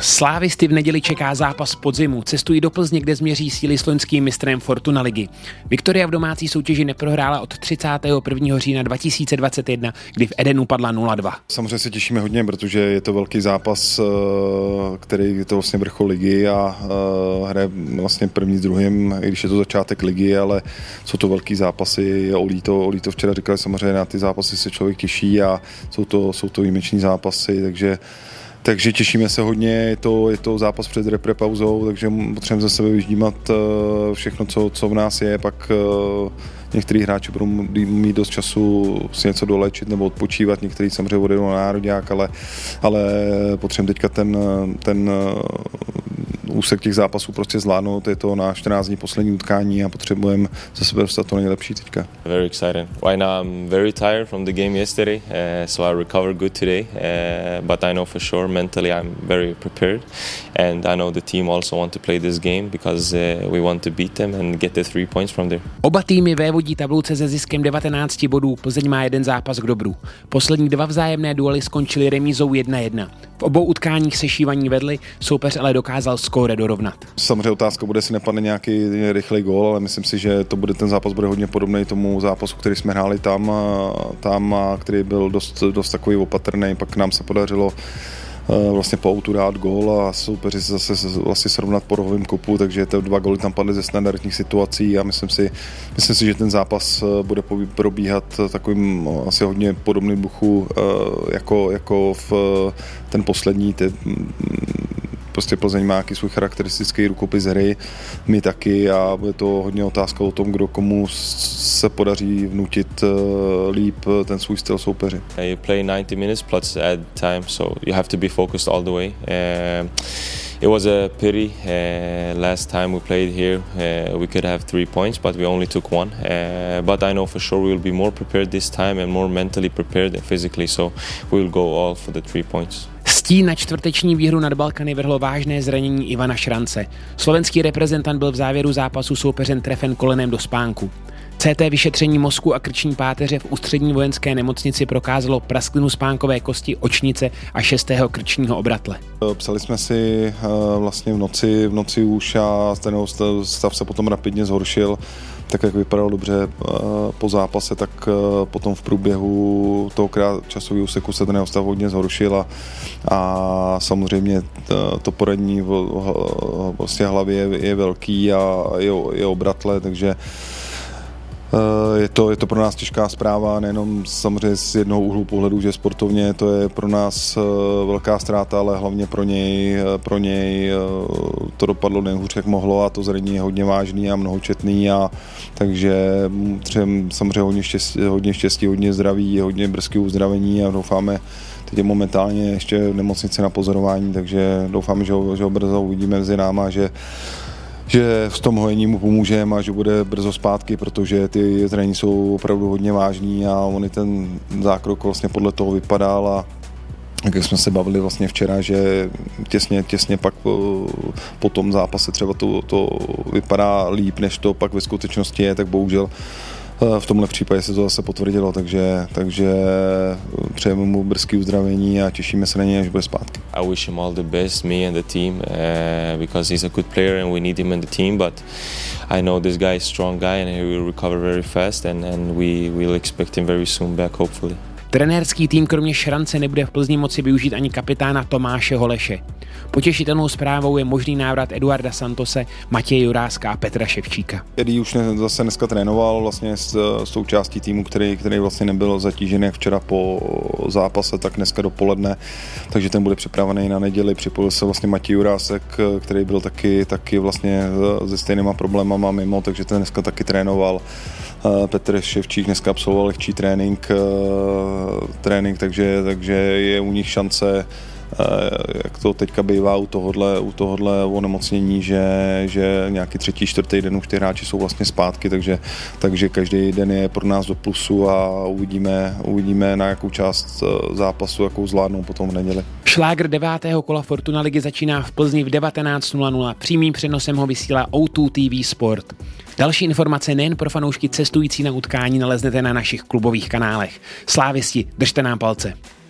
Slávisty v neděli čeká zápas podzimu. Cestují do Plzně, kde změří síly s loňským mistrem Fortuna ligy. Viktoria v domácí soutěži neprohrála od 31. října 2021, kdy v Edenu padla 0-2. Samozřejmě se těšíme hodně, protože je to velký zápas, který je to vlastně vrchol ligy a hraje vlastně první s druhým, i když je to začátek ligy, ale jsou to velký zápasy. Olí to včera říkali, samozřejmě na ty zápasy se člověk těší a jsou to výjimeční zápasy, takže těšíme se hodně, je to zápas před reprepauzou, takže potřebujeme za sebe vyždímat všechno, co v nás je, pak některý hráči budou mít dost času si něco dolečit nebo odpočívat, některý samozřejmě odjedou na nároďák, ale potřebujeme teďka ten úsek těch zápasů prostě zvládnout, je to na 14 dní poslední utkání a potřebujeme za sebe dostat to nejlepší teďka. Very excited. Right now I'm very tired from the game yesterday, so I recovered good today, but I know for sure mentally I'm very prepared and I know the team also want to play this game because we want to beat them and get the 3 points from there. Oba týmy vévodí tabulce se ziskem 19 bodů, Plzeň má jeden zápas k dobru. Poslední dva vzájemné duely skončily remízou 1-1. V obou utkáních se šívaní vedli, soupeř ale dokázal skóre dorovnat. Samozřejmě otázka bude, jestli nepadne nějaký rychlej gól, ale myslím si, že ten zápas bude hodně podobný tomu zápasu, který jsme hráli tam a který byl dost takový opatrný, pak nám se podařilo vlastně po autu dát gól a soupeři se zase vlastně srovnat po rohovém kopu, takže ty 2 góly tam padly ze standardních situací a myslím si, že ten zápas bude probíhat takovým asi hodně podobným duchu jako v ten poslední. Prostě Plzeň má nějaký svůj charakteristický rukopis hry, my taky a bude to hodně otázka o tom, kdo komu se podaří vnutit líp ten svůj styl soupeři. You play 90 minutes plus add time, so you have to be focused all the way. It was a pity. Last time we played here, we could have 3 points, but we only took 1. But I know for sure we will be more prepared this time and more mentally prepared and physically, so we will go all for the 3 points. Stín na čtvrteční výhru nad Balkany vrhlo vážné zranění Ivana Šrance. Slovenský reprezentant byl v závěru zápasu soupeřem trefen kolenem do spánku. CT vyšetření mozku a krční páteře v Ústřední vojenské nemocnici prokázalo prasklinu spánkové kosti, očnice a 6. krčního obratle. Psali jsme si vlastně v noci už a ten stav se potom rapidně zhoršil. Tak jak vypadalo dobře po zápase, tak potom v průběhu toho časového úseku se ten jeho stav hodně zhoršil a samozřejmě to poranění vlastně hlavě je velký a je obratle, takže je to pro nás těžká zpráva, nejenom samozřejmě z jednoho úhlu pohledu, že sportovně to je pro nás velká ztráta, ale hlavně pro něj to dopadlo nejhůř, jak mohlo a to zranění je hodně vážný a mnohočetný a takže samozřejmě hodně štěstí, hodně zdraví, hodně brzkého uzdravení a doufáme, teď je momentálně ještě v nemocnici na pozorování, takže doufáme, že ho brzo uvidíme mezi náma, že v tom hojení mu pomůžeme a že bude brzo zpátky, protože ty zranění jsou opravdu hodně vážný a on i ten zákrok vlastně podle toho vypadal a jak jsme se bavili vlastně včera, že těsně pak po tom zápase třeba to vypadá líp, než to pak ve skutečnosti je, tak bohužel v tomhle případě se to zase potvrdilo, takže přejeme mu brzké uzdravení a těšíme se na něj, až bude zpátky. I wish him all the best, me and the team, because he's a good player and we need him in the team, but I know this guy is a strong guy and he will recover very fast and we will expect him very soon back, hopefully. Trenérský tým kromě Šrance nebude v Plzni moci využít ani kapitána Tomáše Holeše. Potěšitelnou zprávou je možný návrat Eduarda Santose, Matěje Juráska a Petra Ševčíka. Eddie už zase dneska trénoval vlastně s tou částí týmu, který vlastně nebyl zatížený jak včera po zápase, tak dneska dopoledne, takže ten bude připravený na neděli. Připojil se vlastně Matěj Jurásek, který byl taky vlastně se stejnýma problémama mimo, takže ten dneska taky trénoval. Petr Ševčík dneska absolvoval lehčí trénink, takže je u nich šance, jak to teďka bývá u tohohle onemocnění, že nějaký 3., 4. den už ty hráči jsou vlastně zpátky, takže každý den je pro nás do plusu a uvidíme na jakou část zápasu, jakou zvládnou potom v neděli. Šlágr 9. kola Fortuna ligy začíná v Plzni v 19:00. Přímým přenosem ho vysílá O2 TV Sport. Další informace nejen pro fanoušky cestující na utkání naleznete na našich klubových kanálech. Slávisti, držte nám palce.